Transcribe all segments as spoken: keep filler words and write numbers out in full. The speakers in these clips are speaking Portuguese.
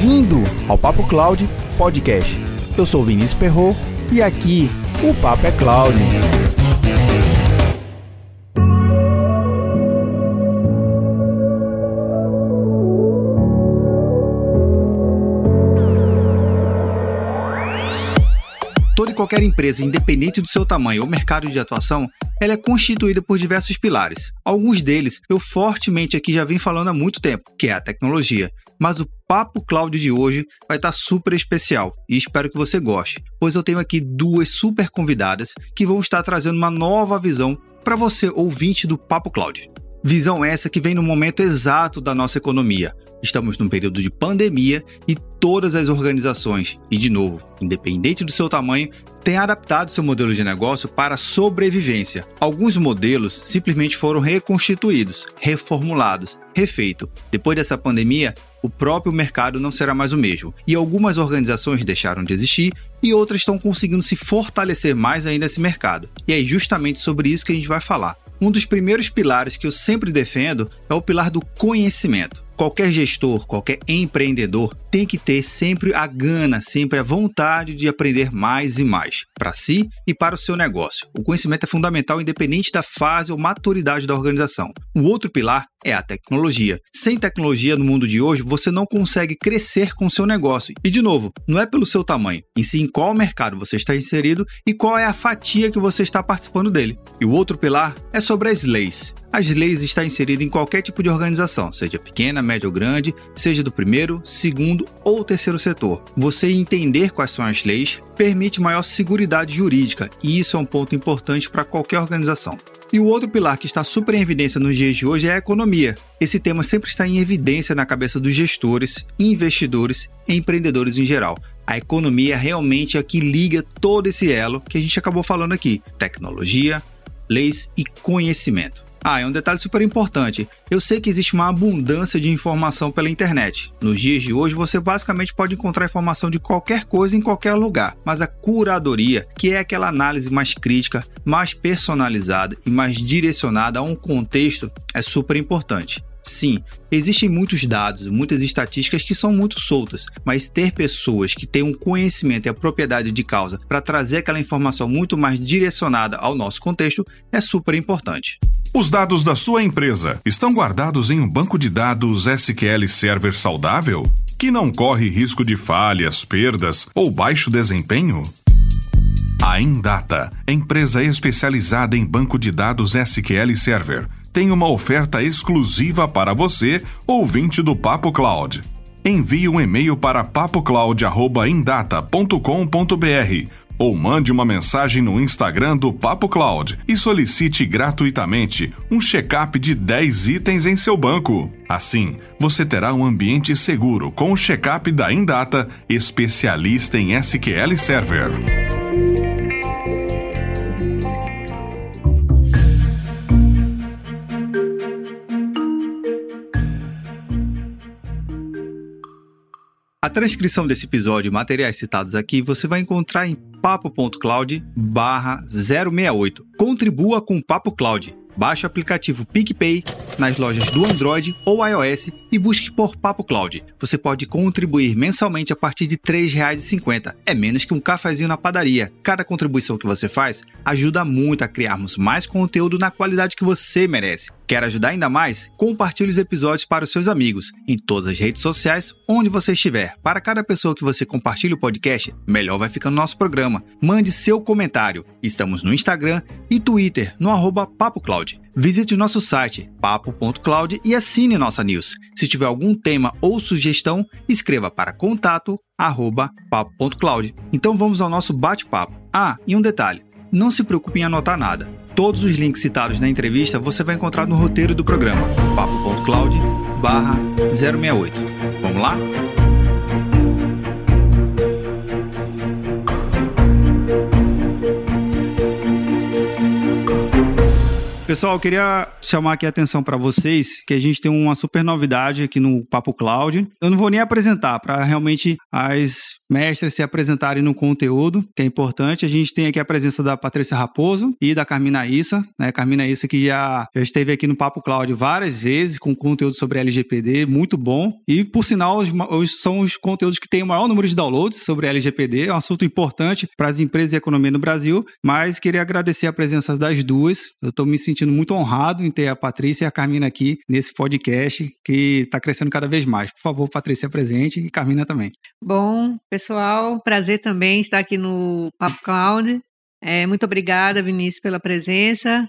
Bem-vindo ao Papo Cloud Podcast. Eu sou Vinícius Perro e aqui o Papo é Cloud. Toda e qualquer empresa, independente do seu tamanho ou mercado de atuação, ela é constituída por diversos pilares. Alguns deles eu fortemente aqui já venho falando há muito tempo, que é a tecnologia. Mas o Papo Cloud de hoje vai estar super especial e espero que você goste, pois eu tenho aqui duas super convidadas que vão estar trazendo uma nova visão para você, ouvinte do Papo Cloud. Visão essa que vem no momento exato da nossa economia. Estamos num período de pandemia e todas as organizações, e de novo, independente do seu tamanho, têm adaptado seu modelo de negócio para a sobrevivência. Alguns modelos simplesmente foram reconstituídos, reformulados, refeitos. Depois dessa pandemia, o próprio mercado não será mais o mesmo. E algumas organizações deixaram de existir e outras estão conseguindo se fortalecer mais ainda nesse mercado. E é justamente sobre isso que a gente vai falar. Um dos primeiros pilares que eu sempre defendo é o pilar do conhecimento. Qualquer gestor, qualquer empreendedor tem que ter sempre a gana, sempre a vontade de aprender mais e mais, para si e para o seu negócio. O conhecimento é fundamental independente da fase ou maturidade da organização. O outro pilar é a tecnologia. Sem tecnologia no mundo de hoje, você não consegue crescer com o seu negócio. E de novo, não é pelo seu tamanho, em si em qual mercado você está inserido e qual é a fatia que você está participando dele. E o outro pilar é sobre as leis. As leis estão inseridas em qualquer tipo de organização, seja pequena, média ou grande, seja do primeiro, segundo ou terceiro setor. Você entender quais são as leis permite maior seguridade jurídica e isso é um ponto importante para qualquer organização. E o outro pilar que está super em evidência nos dias de hoje é a economia. Esse tema sempre está em evidência na cabeça dos gestores, investidores e empreendedores em geral. A economia realmente é a que liga todo esse elo que a gente acabou falando aqui: tecnologia, leis e conhecimento. Ah, é um detalhe super importante. Eu sei que existe uma abundância de informação pela internet. Nos dias de hoje, você basicamente pode encontrar informação de qualquer coisa em qualquer lugar. Mas a curadoria, que é aquela análise mais crítica, mais personalizada e mais direcionada a um contexto, é super importante. Sim, existem muitos dados, muitas estatísticas que são muito soltas, mas ter pessoas que têm um conhecimento e a propriedade de causa para trazer aquela informação muito mais direcionada ao nosso contexto é super importante. Os dados da sua empresa estão guardados em um banco de dados S Q L Server saudável? Que não corre risco de falhas, perdas ou baixo desempenho? A Indata, empresa especializada em banco de dados S Q L Server, tem uma oferta exclusiva para você, ouvinte do Papo Cloud. Envie um e-mail para papocloud arroba indata ponto com ponto b r ou mande uma mensagem no Instagram do Papo Cloud e solicite gratuitamente um check-up de dez itens em seu banco. Assim, você terá um ambiente seguro com o check-up da Indata, especialista em S Q L Server. A transcrição desse episódio e materiais citados aqui você vai encontrar em papo.cloud barra zero seis oito. Contribua com o Papo Cloud. Baixe o aplicativo PicPay nas lojas do Android ou iOS e busque por Papo Cloud. Você pode contribuir mensalmente a partir de três reais e cinquenta centavos. É menos que um cafezinho na padaria. Cada contribuição que você faz ajuda muito a criarmos mais conteúdo na qualidade que você merece. Quer ajudar ainda mais? Compartilhe os episódios para os seus amigos, em todas as redes sociais, onde você estiver. Para cada pessoa que você compartilha o podcast, melhor vai ficando nosso programa. Mande seu comentário. Estamos no Instagram e Twitter, no arroba PapoCloud. Visite o nosso site, papo ponto cloud, e assine nossa news. Se tiver algum tema ou sugestão, escreva para contato arroba papo ponto cloud. Então vamos ao nosso bate-papo. Ah, e um detalhe, não se preocupe em anotar nada. Todos os links citados na entrevista você vai encontrar no roteiro do programa, papo.cloud barra zero seis oito. Vamos lá? Pessoal, eu queria chamar aqui a atenção para vocês que a gente tem uma super novidade aqui no Papo Cloud. Eu não vou nem apresentar para realmente as mestres se apresentarem no conteúdo, que é importante. A gente tem aqui a presença da Patrícia Raposo e da Carmina Issa, né? Carmina Issa que já, já esteve aqui no Papo Cloud várias vezes com conteúdo sobre L G P D, muito bom. E, por sinal, os, os, são os conteúdos que têm o maior número de downloads sobre L G P D. É um assunto importante para as empresas e a economia no Brasil, mas queria agradecer a presença das duas. Eu estou me sentindo muito honrado em ter a Patrícia e a Carmina aqui nesse podcast, que está crescendo cada vez mais. Por favor, Patrícia, presente e Carmina também. Bom, pessoal, prazer também estar aqui no Papo Cloud. É, muito obrigada, Vinícius, pela presença.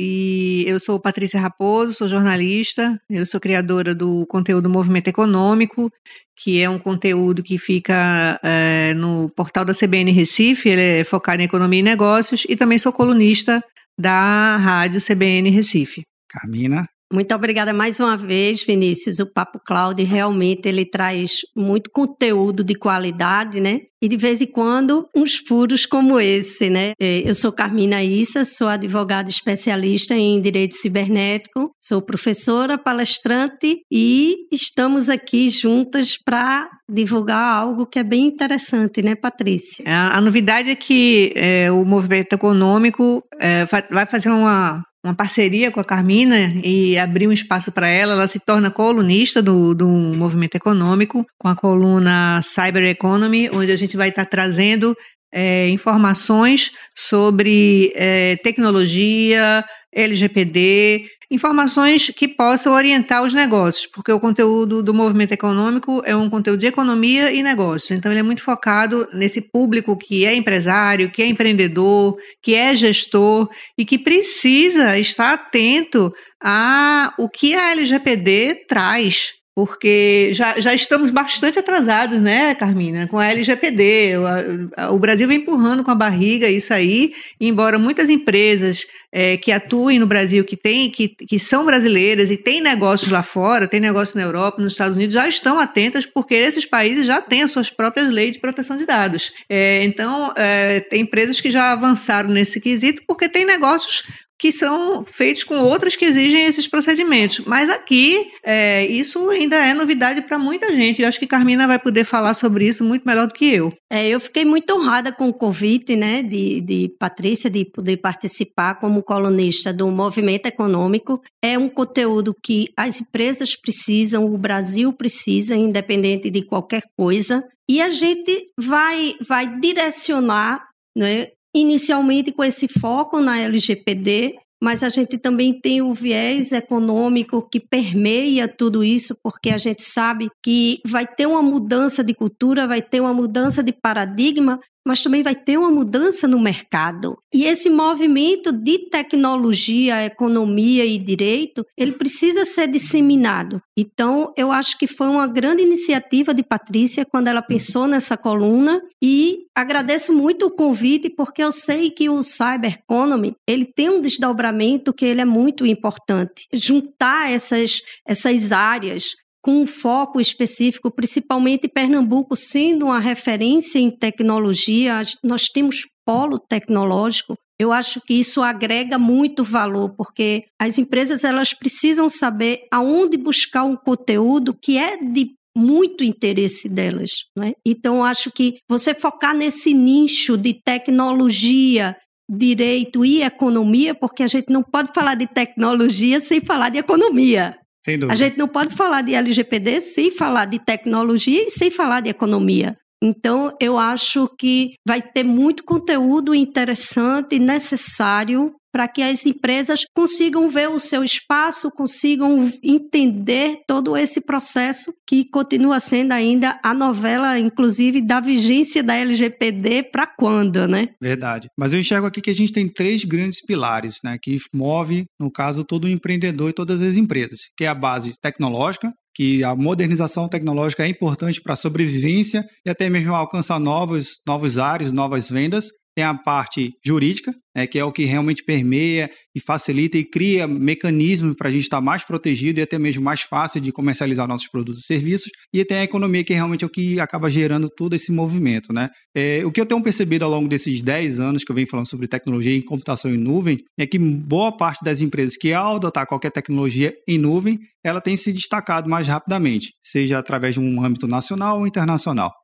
E eu sou Patrícia Raposo, sou jornalista, eu sou criadora do conteúdo Movimento Econômico, que é um conteúdo que fica é, no portal da C B N Recife, ele é focado em economia e negócios, e também sou colunista da rádio C B N Recife. Carmina. Muito obrigada mais uma vez, Vinícius. O Papo Cloud realmente ele traz muito conteúdo de qualidade, né? E de vez em quando uns furos como esse, né? Eu sou Carmina Issa, sou advogada especialista em direito cibernético, sou professora, palestrante e estamos aqui juntas para divulgar algo que é bem interessante, né, Patrícia? A, a novidade é que é, o Movimento Econômico é, vai fazer uma... uma parceria com a Carmina e abrir um espaço para ela. Ela se torna colunista do, do Movimento Econômico, com a coluna Cyber Economy, onde a gente vai estar trazendo é, informações sobre é, tecnologia, L G P D, informações que possam orientar os negócios, porque o conteúdo do Movimento Econômico é um conteúdo de economia e negócios, então ele é muito focado nesse público que é empresário, que é empreendedor, que é gestor e que precisa estar atento a o que a L G P D traz. Porque já, já estamos bastante atrasados, né, Carmina, com a L G P D. O, o Brasil vem empurrando com a barriga isso aí, embora muitas empresas é, que atuem no Brasil, que, tem, que, que são brasileiras e têm negócios lá fora, têm negócios na Europa, nos Estados Unidos, já estão atentas, porque esses países já têm as suas próprias leis de proteção de dados. É, então, é, tem empresas que já avançaram nesse quesito, porque têm negócios que são feitos com outros que exigem esses procedimentos. Mas aqui, é, isso ainda é novidade para muita gente. Eu acho que Carmina vai poder falar sobre isso muito melhor do que eu. É, eu fiquei muito honrada com o convite, né, de, de Patrícia, de poder participar como colunista do Movimento Econômico. É um conteúdo que as empresas precisam, o Brasil precisa, independente de qualquer coisa. E a gente vai, vai direcionar, né, inicialmente com esse foco na L G P D, mas a gente também tem o viés econômico que permeia tudo isso, porque a gente sabe que vai ter uma mudança de cultura, vai ter uma mudança de paradigma, mas também vai ter uma mudança no mercado. E esse movimento de tecnologia, economia e direito, ele precisa ser disseminado. Então, eu acho que foi uma grande iniciativa de Patrícia quando ela pensou nessa coluna e agradeço muito o convite, porque eu sei que o Cyber Economy, ele tem um desdobramento que ele é muito importante. Juntar essas, essas áreas com um foco específico, principalmente Pernambuco sendo uma referência em tecnologia, nós temos polo tecnológico. Eu acho que isso agrega muito valor, porque as empresas elas precisam saber aonde buscar um conteúdo que é de muito interesse delas, né? Então, acho que você focar nesse nicho de tecnologia, direito e economia, porque a gente não pode falar de tecnologia sem falar de economia. Sem dúvida. A gente não pode falar de L G P D sem falar de tecnologia e sem falar de economia. Então, eu acho que vai ter muito conteúdo interessante e necessário para que as empresas consigam ver o seu espaço, consigam entender todo esse processo que continua sendo ainda a novela, inclusive, da vigência da L G P D para quando, né? Verdade. Mas eu enxergo aqui que a gente tem três grandes pilares, né, que move, no caso, todo o empreendedor e todas as empresas, que é a base tecnológica, que a modernização tecnológica é importante para a sobrevivência e até mesmo alcançar novos, novos áreas, novas vendas. Tem a parte jurídica, né, que é o que realmente permeia e facilita e cria mecanismos para a gente estar mais protegido e até mesmo mais fácil de comercializar nossos produtos e serviços. E tem a economia, que realmente é o que acaba gerando todo esse movimento, né? É, o que eu tenho percebido ao longo desses dez anos que eu venho falando sobre tecnologia e computação em nuvem é que boa parte das empresas que, ao adotar qualquer tecnologia em nuvem, ela tem se destacado mais rapidamente, seja através de um âmbito nacional ou internacional.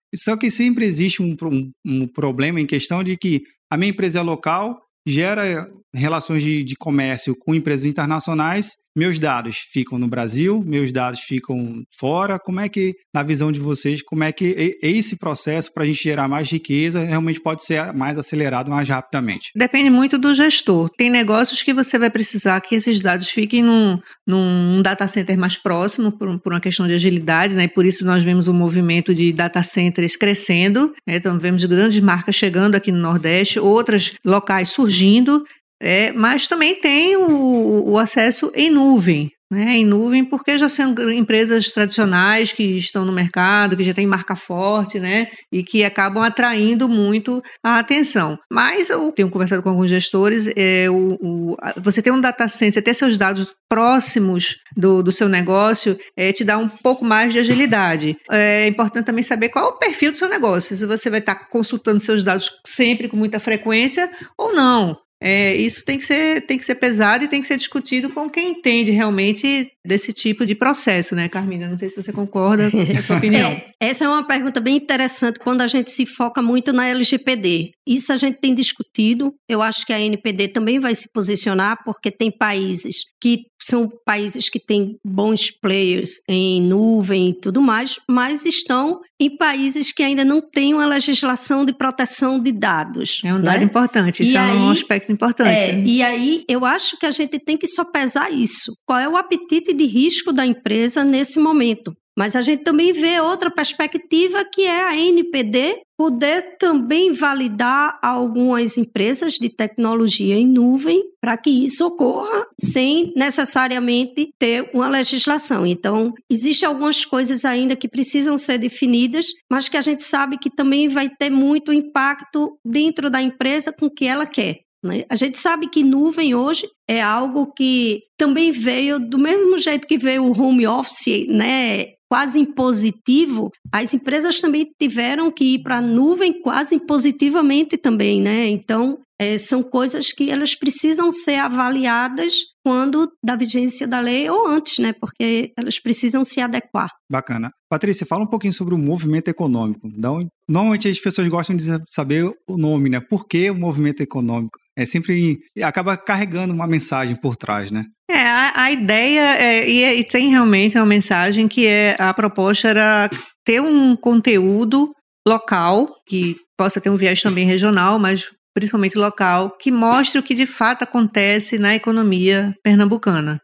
Só que sempre existe um, um, um problema em questão de que a minha empresa é local, gera relações de, de comércio com empresas internacionais, meus dados ficam no Brasil, meus dados ficam fora. Como é que, na visão de vocês, como é que esse processo para a gente gerar mais riqueza realmente pode ser mais acelerado mais rapidamente? Depende muito do gestor. Tem negócios que você vai precisar que esses dados fiquem num, num data center mais próximo, por, por uma questão de agilidade, né? E por isso nós vemos o movimento de data centers crescendo, né? Então vemos grandes marcas chegando aqui no Nordeste, outras locais surgindo. É, mas também tem o, o acesso em nuvem, né? Em nuvem porque já são empresas tradicionais que estão no mercado, que já têm marca forte, né? E que acabam atraindo muito a atenção. Mas eu tenho conversado com alguns gestores, é, o, o, você ter um data center, você ter seus dados próximos do, do seu negócio, é, te dá um pouco mais de agilidade. É importante também saber qual é o perfil do seu negócio, se você vai estar consultando seus dados sempre com muita frequência ou não. É, isso tem que ser, tem que ser pesado e tem que ser discutido com quem entende realmente desse tipo de processo, né, Carmina? Não sei se você concorda com a sua opinião. É, essa é uma pergunta bem interessante quando a gente se foca muito na L G P D. Isso a gente tem discutido. Eu acho que a N P D também vai se posicionar, porque tem países que são países que têm bons players em nuvem e tudo mais, mas estão em países que ainda não têm uma legislação de proteção de dados. É um dado, né, importante, isso e é aí, um aspecto importante. É, e aí eu acho que a gente tem que sopesar isso. Qual é o apetite de risco da empresa nesse momento? Mas a gente também vê outra perspectiva, que é a N P D poder também validar algumas empresas de tecnologia em nuvem para que isso ocorra sem necessariamente ter uma legislação. Então, existem algumas coisas ainda que precisam ser definidas, mas que a gente sabe que também vai ter muito impacto dentro da empresa com o que ela quer. A gente sabe que nuvem hoje é algo que também veio do mesmo jeito que veio o home office, né, quase impositivo. As empresas também tiveram que ir para a nuvem quase impositivamente também, né? Então, é, são coisas que elas precisam ser avaliadas quando da vigência da lei ou antes, né? Porque elas precisam se adequar. Bacana. Patrícia, fala um pouquinho sobre o movimento econômico. Normalmente as pessoas gostam de saber o nome, né? Por que o movimento econômico? É sempre, acaba carregando uma mensagem por trás, né? É, a, a ideia, é, e, e tem realmente uma mensagem que é, a proposta era ter um conteúdo local, que possa ter um viés também regional, mas principalmente local, que mostre o que de fato acontece na economia pernambucana.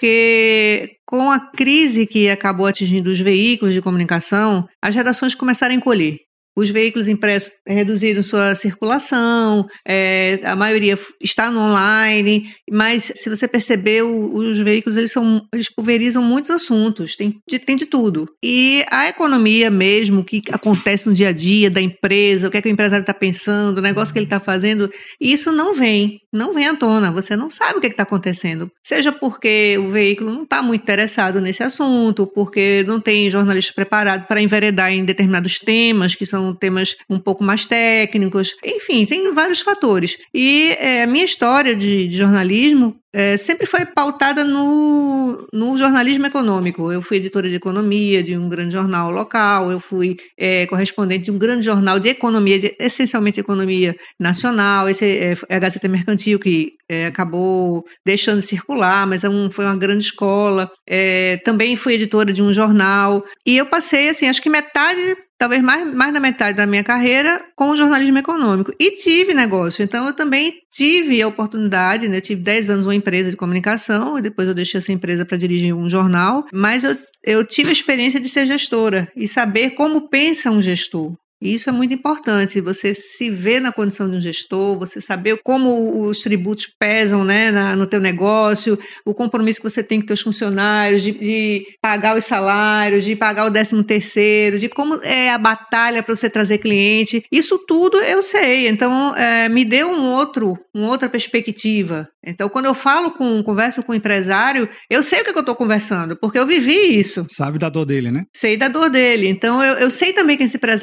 Porque com a crise que acabou atingindo os veículos de comunicação, as gerações começaram a encolher. Os veículos impressos reduziram sua circulação, é, a maioria está no online, mas se você perceber, os veículos eles são, eles pulverizam muitos assuntos, tem de, tem de tudo. E a economia mesmo, o que acontece no dia a dia da empresa, o que é que o empresário está pensando, o negócio que ele está fazendo, isso não vem, não vem à tona, você não sabe o que é está acontecendo. Seja porque o veículo não está muito interessado nesse assunto, porque não tem jornalista preparado para enveredar em determinados temas, que são temas um pouco mais técnicos, enfim, tem vários fatores. E é, a minha história de, de jornalismo é, sempre foi pautada no, no jornalismo econômico. Eu fui editora de economia de um grande jornal local, eu fui é, correspondente de um grande jornal de economia, de, essencialmente economia nacional, esse é, é a Gazeta Mercantil, que é, acabou deixando de circular, mas é um, foi uma grande escola. É, também fui editora de um jornal, e eu passei, assim, acho que metade... talvez mais, mais da metade da minha carreira com o jornalismo econômico. E tive negócio, então eu também tive a oportunidade, né? Eu tive dez anos uma empresa de comunicação, e depois eu deixei essa empresa para dirigir um jornal, mas eu, eu tive a experiência de ser gestora e saber como pensa um gestor. E isso é muito importante, você se ver na condição de um gestor, você saber como os tributos pesam, né, na, no teu negócio, o compromisso que você tem com os teus funcionários, de, de pagar os salários, de pagar o décimo terceiro, de como é a batalha para você trazer cliente. Isso tudo eu sei, então é, me deu um outro, uma outra perspectiva. Então, quando eu falo com, converso com o empresário, eu sei o que, é que eu estou conversando, porque eu vivi isso. Sabe da dor dele, né? Sei da dor dele. Então, eu, eu sei também que esse empresário quer falar.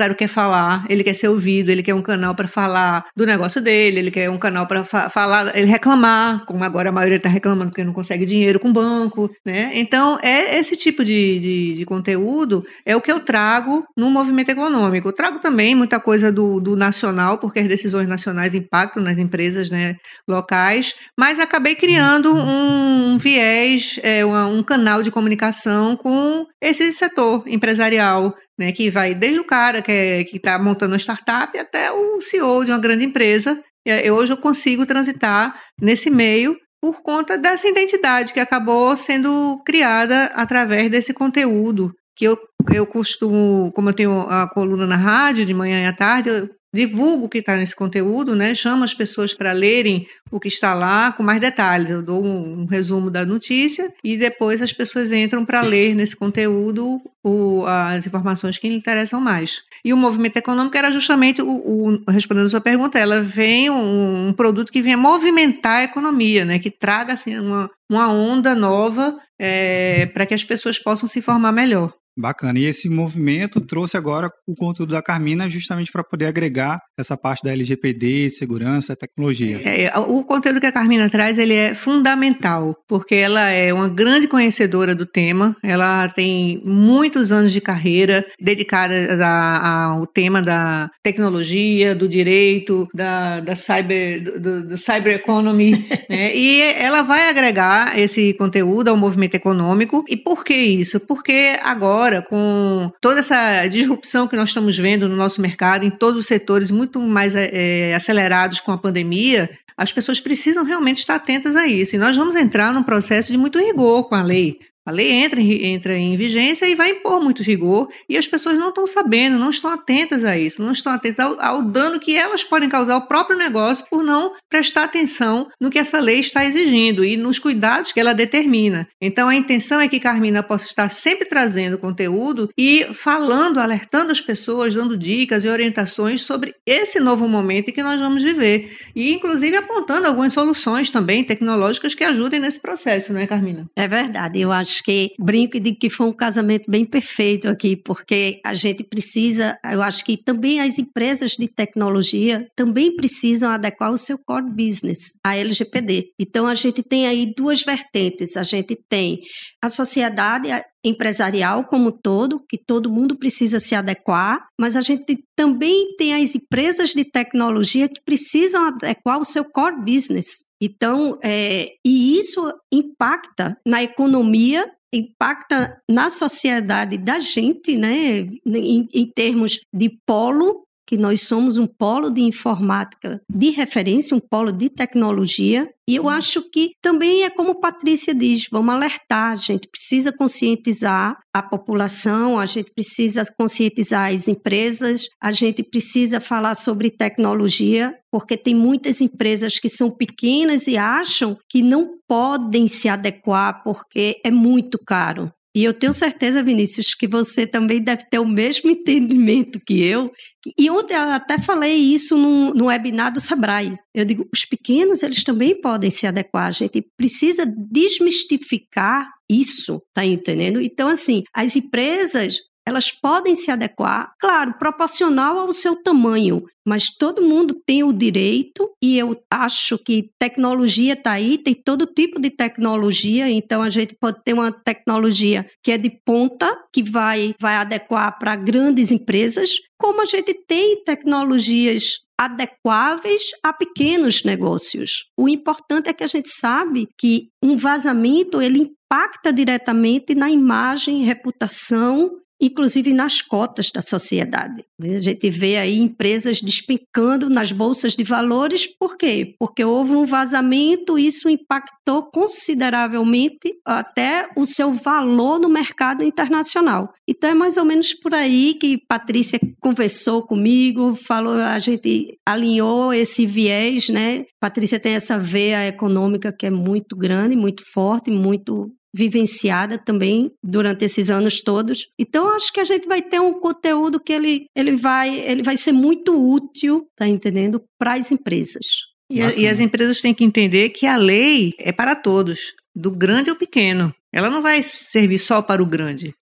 falar, ele quer ser ouvido, ele quer um canal para falar do negócio dele, ele quer um canal para fa- falar, ele reclamar, como agora a maioria está reclamando porque não consegue dinheiro com o banco, né? Então, é esse tipo de, de, de conteúdo é o que eu trago no movimento econômico. Eu trago também muita coisa do, do nacional, porque as decisões nacionais impactam nas empresas, né, locais, mas acabei criando um, um viés, é, uma, um canal de comunicação com esse setor empresarial, né, que vai desde o cara que é, que está montando uma startup até o C E O de uma grande empresa. E hoje eu consigo transitar nesse meio por conta dessa identidade que acabou sendo criada através desse conteúdo, que eu, eu costumo, como eu tenho a coluna na rádio de manhã e à tarde, eu divulgo o que está nesse conteúdo, né? Chamo as pessoas para lerem o que está lá com mais detalhes. Eu dou um, um resumo da notícia e depois as pessoas entram para ler nesse conteúdo o, as informações que lhe interessam mais. E o movimento econômico era justamente, o, o, respondendo a sua pergunta, ela vem um, um produto que venha movimentar a economia, né? Que traga assim, uma, uma onda nova é, para que as pessoas possam se formar melhor. Bacana. E esse movimento trouxe agora o conteúdo da Carmina justamente para poder agregar essa parte da L G P D, segurança, tecnologia. É, o conteúdo que a Carmina traz, ele é fundamental, porque ela é uma grande conhecedora do tema, ela tem muitos anos de carreira dedicada a, ao tema da tecnologia, do direito, da, da cyber, do, do cyber economy, né? E ela vai agregar esse conteúdo ao movimento econômico. E por que isso? Porque agora, com toda essa disrupção que nós estamos vendo no nosso mercado, em todos os setores muito mais é, acelerados com a pandemia, as pessoas precisam realmente estar atentas a isso. E nós vamos entrar num processo de muito rigor com a lei. A lei entra em, entra em vigência e vai impor muito rigor, e as pessoas não estão sabendo, não estão atentas a isso, não estão atentas ao, ao dano que elas podem causar ao próprio negócio por não prestar atenção no que essa lei está exigindo e nos cuidados que ela determina. Então, a intenção é que Carmina possa estar sempre trazendo conteúdo e falando, alertando as pessoas, dando dicas e orientações sobre esse novo momento em que nós vamos viver. E, inclusive, apontando algumas soluções também tecnológicas que ajudem nesse processo, não é, Carmina? É verdade, eu acho Acho que brinco e digo que foi um casamento bem perfeito aqui, porque a gente precisa, eu acho que também as empresas de tecnologia também precisam adequar o seu core business, a L G P D. Então, a gente tem aí duas vertentes. A gente tem a sociedade empresarial como um todo, que todo mundo precisa se adequar, mas a gente também tem as empresas de tecnologia que precisam adequar o seu core business. Então, é, e isso impacta na economia, impacta na sociedade da gente, né, em, em termos de polo, que nós somos um polo de informática de referência, um polo de tecnologia. E eu acho que também é como Patrícia diz, vamos alertar, a gente precisa conscientizar a população, a gente precisa conscientizar as empresas, a gente precisa falar sobre tecnologia, porque tem muitas empresas que são pequenas e acham que não podem se adequar porque é muito caro. E eu tenho certeza, Vinícius, que você também deve ter o mesmo entendimento que eu. E ontem eu até falei isso no, no webinar do Sebrae. Eu digo, os pequenos, eles também podem se adequar. A gente precisa desmistificar isso, tá entendendo? Então, assim, as empresas, elas podem se adequar, claro, proporcional ao seu tamanho, mas todo mundo tem o direito, e eu acho que tecnologia está aí, tem todo tipo de tecnologia, então a gente pode ter uma tecnologia que é de ponta, que vai, vai adequar para grandes empresas, como a gente tem tecnologias adequáveis a pequenos negócios. O importante é que a gente sabe que um vazamento, ele impacta diretamente na imagem, reputação, inclusive nas cotas da sociedade. A gente vê aí empresas despencando nas bolsas de valores, por quê? Porque houve um vazamento, isso impactou consideravelmente até o seu valor no mercado internacional. Então é mais ou menos por aí que Patrícia conversou comigo, falou, a gente alinhou esse viés, né? Patrícia tem essa veia econômica que é muito grande, muito forte, muito vivenciada também durante esses anos todos. Então, acho que a gente vai ter um conteúdo que ele, ele, vai, ele vai ser muito útil, tá entendendo? Para as empresas. E, a, e as empresas têm que entender que a lei é para todos, do grande ao pequeno. Ela não vai servir só para o grande.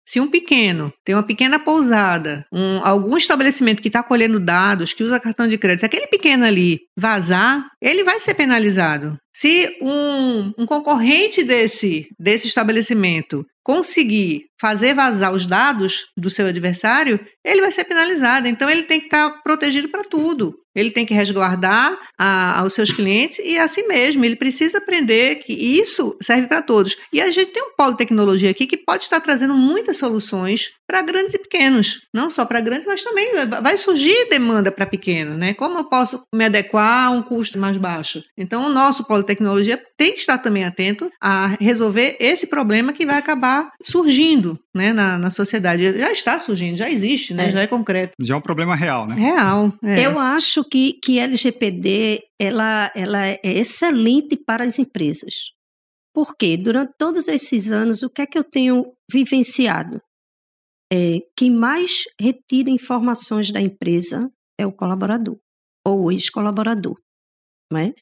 Se um pequeno tem uma pequena pousada, um, algum estabelecimento que está colhendo dados, que usa cartão de crédito, se aquele pequeno ali vazar, ele vai ser penalizado. Se um, um concorrente desse, desse estabelecimento conseguir fazer vazar os dados do seu adversário, ele vai ser penalizado. Então, ele tem que estar protegido para tudo. Ele tem que resguardar a, aos seus clientes e a si mesmo. Ele precisa aprender que isso serve para todos. E a gente tem um polo de tecnologia aqui que pode estar trazendo muitas soluções para grandes e pequenos. Não só para grandes, mas também vai surgir demanda para pequeno, né? Como eu posso me adequar a um custo mais baixo? Então, o nosso polo de tecnologia tem que estar também atento a resolver esse problema que vai acabar surgindo, né, na, na sociedade. Já está surgindo, já existe, né? É. Já é concreto. Já é um problema real, né? Real. É. Eu acho que, que L G P D ela, ela é excelente para as empresas. Por quê? Durante todos esses anos, o que é que eu tenho vivenciado? É, quem mais retira informações da empresa é o colaborador, ou o ex-colaborador, não é?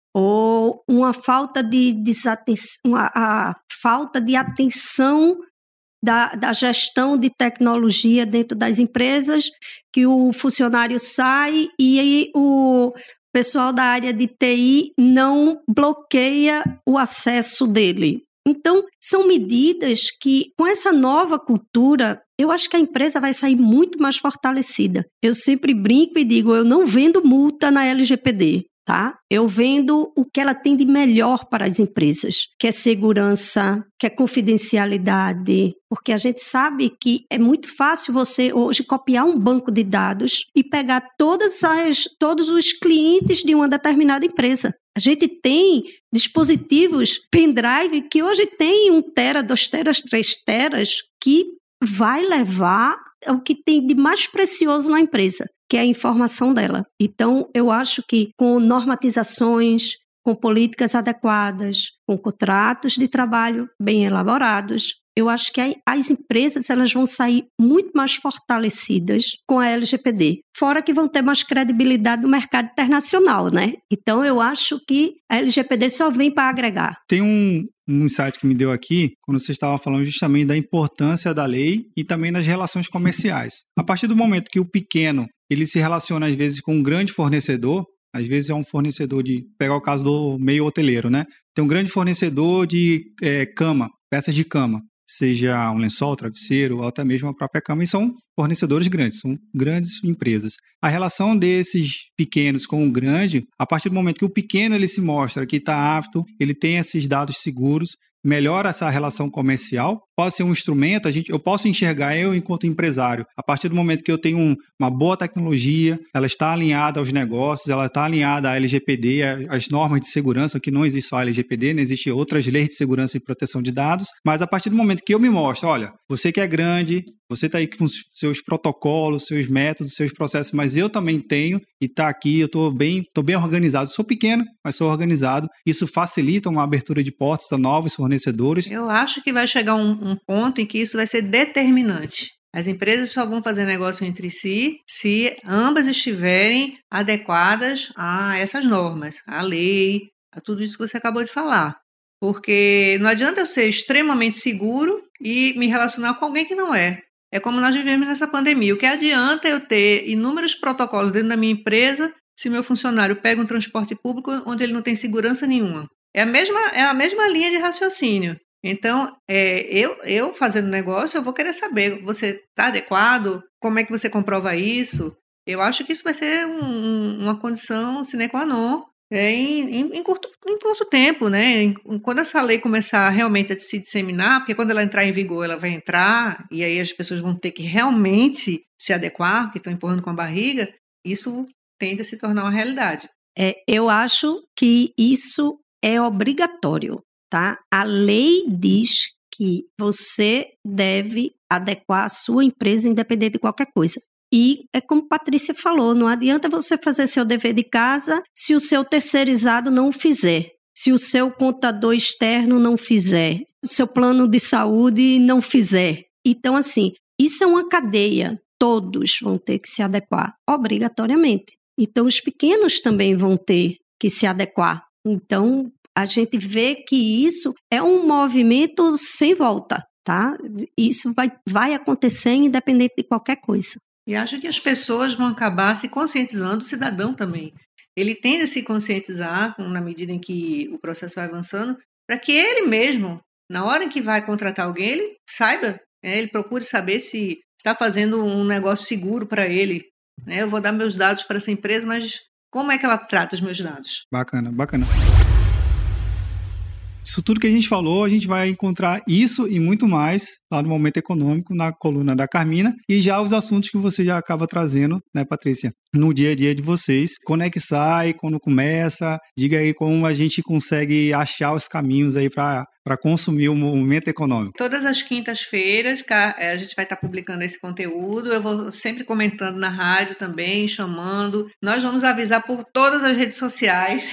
Ou uma falta de desatenção, uma, a falta de atenção da, da gestão de tecnologia dentro das empresas, que o funcionário sai e aí o pessoal da área de T I não bloqueia o acesso dele. Então, são medidas que, com essa nova cultura, eu acho que a empresa vai sair muito mais fortalecida. Eu sempre brinco e digo, eu não vendo multa na L G P D. Tá? Eu vendo o que ela tem de melhor para as empresas, que é segurança, que é confidencialidade, porque a gente sabe que é muito fácil você hoje copiar um banco de dados e pegar todas as, todos os clientes de uma determinada empresa. A gente tem dispositivos pendrive que hoje tem um tera, dois teras, três teras, que vai levar o que tem de mais precioso na empresa, que é a informação dela. Então, eu acho que com normatizações, com políticas adequadas, com contratos de trabalho bem elaborados, eu acho que as empresas elas vão sair muito mais fortalecidas com a L G P D. Fora que vão ter mais credibilidade no mercado internacional, né? Então, eu acho que a L G P D só vem para agregar. Tem um, um insight que me deu aqui, quando você estava falando justamente da importância da lei e também das relações comerciais. A partir do momento que o pequeno ele se relaciona, às vezes, com um grande fornecedor, às vezes é um fornecedor de... Pegar o caso do meio hoteleiro, né? Tem um grande fornecedor de é, cama, peças de cama, seja um lençol, travesseiro, ou até mesmo a própria cama, e são fornecedores grandes, são grandes empresas. A relação desses pequenos com o grande, a partir do momento que o pequeno ele se mostra que está apto, ele tem esses dados seguros, melhora essa relação comercial, pode ser um instrumento, a gente, eu posso enxergar eu enquanto empresário, a partir do momento que eu tenho um, uma boa tecnologia, ela está alinhada aos negócios, ela está alinhada à L G P D, às normas de segurança, que não existe só a L G P D, né? Existem outras leis de segurança e proteção de dados, mas a partir do momento que eu me mostro, olha, você que é grande, você está aí com seus protocolos, seus métodos, seus processos, mas eu também tenho e está aqui, eu estou bem, tô bem organizado. Sou pequeno, mas sou organizado. Isso facilita uma abertura de portas a novos fornecedores. Eu acho que vai chegar um, um ponto em que isso vai ser determinante. As empresas só vão fazer negócio entre si se ambas estiverem adequadas a essas normas, à lei, a tudo isso que você acabou de falar. Porque não adianta eu ser extremamente seguro e me relacionar com alguém que não é. É como nós vivemos nessa pandemia. O que adianta eu ter inúmeros protocolos dentro da minha empresa se meu funcionário pega um transporte público onde ele não tem segurança nenhuma? É a mesma, é a mesma linha de raciocínio. Então, é, eu, eu fazendo negócio, eu vou querer saber, você está adequado? Como é que você comprova isso? Eu acho que isso vai ser um, uma condição sine qua non é, em, em, em, curto, em curto tempo, né? Em, quando essa lei começar realmente a se disseminar, porque quando ela entrar em vigor, ela vai entrar, e aí as pessoas vão ter que realmente se adequar, porque estão empurrando com a barriga, isso tende a se tornar uma realidade. É, eu acho que isso é obrigatório, tá? A lei diz que você deve adequar a sua empresa independente de qualquer coisa. E é como Patrícia falou, não adianta você fazer seu dever de casa se o seu terceirizado não o fizer, se o seu contador externo não fizer, o seu plano de saúde não fizer. Então, assim, isso é uma cadeia, todos vão ter que se adequar, obrigatoriamente. Então, os pequenos também vão ter que se adequar. Então, a gente vê que isso é um movimento sem volta. tá? Isso vai, vai acontecer independente de qualquer coisa. E acho que as pessoas vão acabar se conscientizando, o cidadão também. Ele tende a se conscientizar na medida em que o processo vai avançando, para que ele mesmo, na hora em que vai contratar alguém, ele saiba, né? Ele procure saber se está fazendo um negócio seguro para ele. Né? Eu vou dar meus dados para essa empresa, mas como é que ela trata os meus dados? Bacana, bacana. Isso tudo que a gente falou, a gente vai encontrar isso e muito mais lá no Momento Econômico, na coluna da Carmina, e já os assuntos que você já acaba trazendo, né, Patrícia, no dia a dia de vocês. Quando é que sai, quando começa, diga aí como a gente consegue achar os caminhos aí para para consumir o Momento Econômico. Todas as quintas-feiras a gente vai estar publicando esse conteúdo, eu vou sempre comentando na rádio também, chamando. Nós vamos avisar por todas as redes sociais,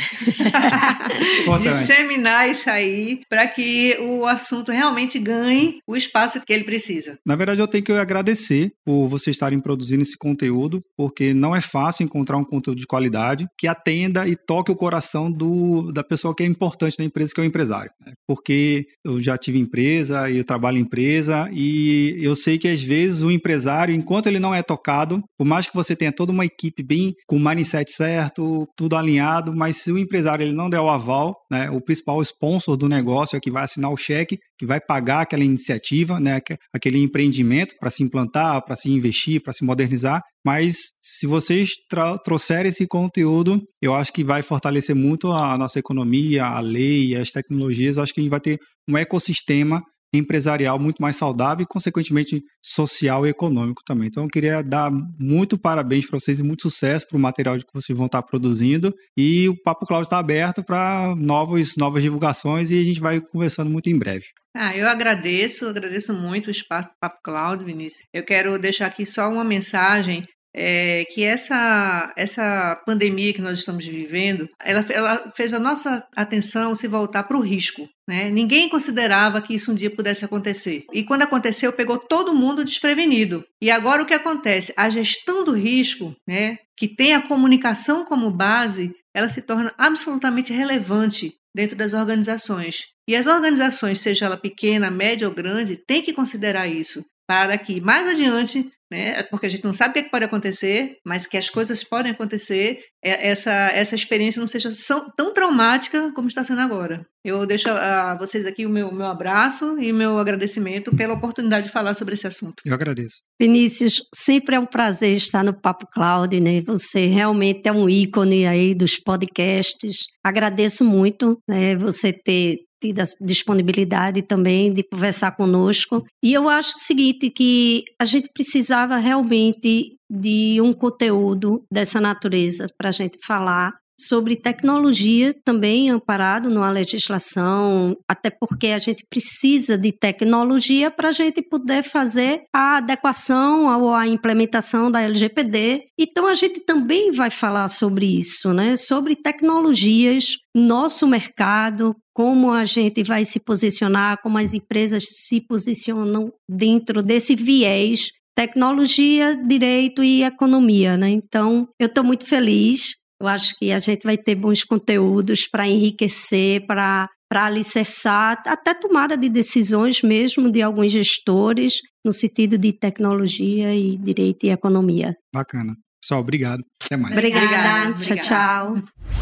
disseminar isso aí, para que o assunto realmente ganhe o espaço que ele precisa. Na verdade, eu tenho que agradecer por vocês estarem produzindo esse conteúdo, porque não é fácil encontrar um conteúdo de qualidade que atenda e toque o coração do, da pessoa que é importante na empresa, que é o empresário. Né? Porque eu já tive empresa e eu trabalho em empresa e eu sei que às vezes o empresário, enquanto ele não é tocado, por mais que você tenha toda uma equipe bem com o mindset certo, tudo alinhado, mas se o empresário ele não der o aval, né, o principal sponsor do negócio é que vai assinar o cheque, que vai pagar aquela iniciativa, né, aquele empreendimento para se implantar, para se investir, para se modernizar. Mas se vocês tra- trouxerem esse conteúdo, eu acho que vai fortalecer muito a nossa economia, a lei, as tecnologias. Eu acho que a gente vai ter um ecossistema empresarial muito mais saudável e, consequentemente, social e econômico também. Então, eu queria dar muito parabéns para vocês e muito sucesso para o material que vocês vão estar produzindo. E o Papo Cloud está aberto para novos, novas divulgações e a gente vai conversando muito em breve. Ah, eu agradeço, agradeço muito o espaço do Papo Cloud, Vinícius. Eu quero deixar aqui só uma mensagem, é, que essa, essa pandemia que nós estamos vivendo, ela, ela fez a nossa atenção se voltar para o risco. Né? Ninguém considerava que isso um dia pudesse acontecer. E quando aconteceu, pegou todo mundo desprevenido. E agora o que acontece? A gestão do risco, né, que tem a comunicação como base, ela se torna absolutamente relevante dentro das organizações. E as organizações, seja ela pequena, média ou grande, têm que considerar isso para que mais adiante, né, porque a gente não sabe o que, é que pode acontecer, mas que as coisas podem acontecer, essa, essa experiência não seja tão traumática como está sendo agora. Eu deixo a vocês aqui o meu, meu abraço e o meu agradecimento pela oportunidade de falar sobre esse assunto. Eu agradeço. Vinícius, sempre é um prazer estar no Papo Cloud, né? Você realmente é um ícone aí dos podcasts. Agradeço muito, né, você ter tido a disponibilidade também de conversar conosco. E eu acho o seguinte, que a gente precisava realmente de um conteúdo dessa natureza para a gente falar sobre tecnologia também amparado numa legislação, até porque a gente precisa de tecnologia para a gente poder fazer a adequação ou a implementação da L G P D. Então, a gente também vai falar sobre isso, né? Sobre tecnologias, nosso mercado, como a gente vai se posicionar, como as empresas se posicionam dentro desse viés tecnologia, direito e economia, né? Então, eu estou muito feliz. Eu acho que a gente vai ter bons conteúdos para enriquecer, para para alicerçar, até tomada de decisões mesmo de alguns gestores no sentido de tecnologia e direito e economia. Bacana. Pessoal, obrigado. Até mais. Obrigada. Obrigada. Tchau, tchau.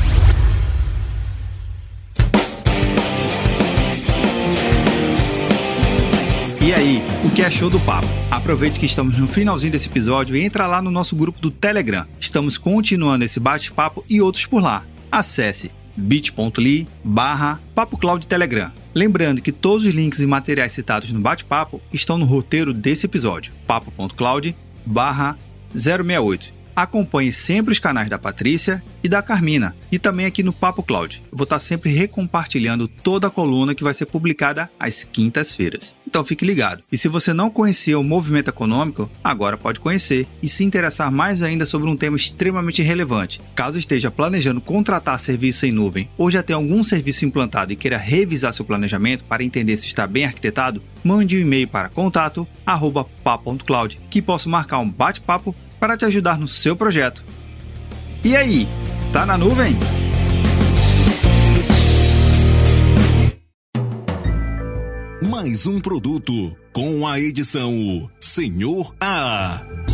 E aí, o que achou do papo? Aproveite que estamos no finalzinho desse episódio e entra lá no nosso grupo do Telegram. Estamos continuando esse bate-papo e outros por lá. Acesse bit.ly barra Papo Cloud Telegram. Lembrando que todos os links e materiais citados no bate-papo estão no roteiro desse episódio, papo.cloud barra zero sessenta e oito. Acompanhe sempre os canais da Patrícia e da Carmina e também aqui no Papo Cloud. Eu vou estar sempre recompartilhando toda a coluna que vai ser publicada às quintas-feiras. Então fique ligado. E se você não conhecia o Movimento Econômico, agora pode conhecer e se interessar mais ainda sobre um tema extremamente relevante. Caso esteja planejando contratar serviço em nuvem ou já tenha algum serviço implantado e queira revisar seu planejamento para entender se está bem arquitetado, mande um e-mail para contato arroba papo ponto cloud que posso marcar um bate-papo para te ajudar no seu projeto. E aí, tá na nuvem? mais um produto com a edição Senhor A.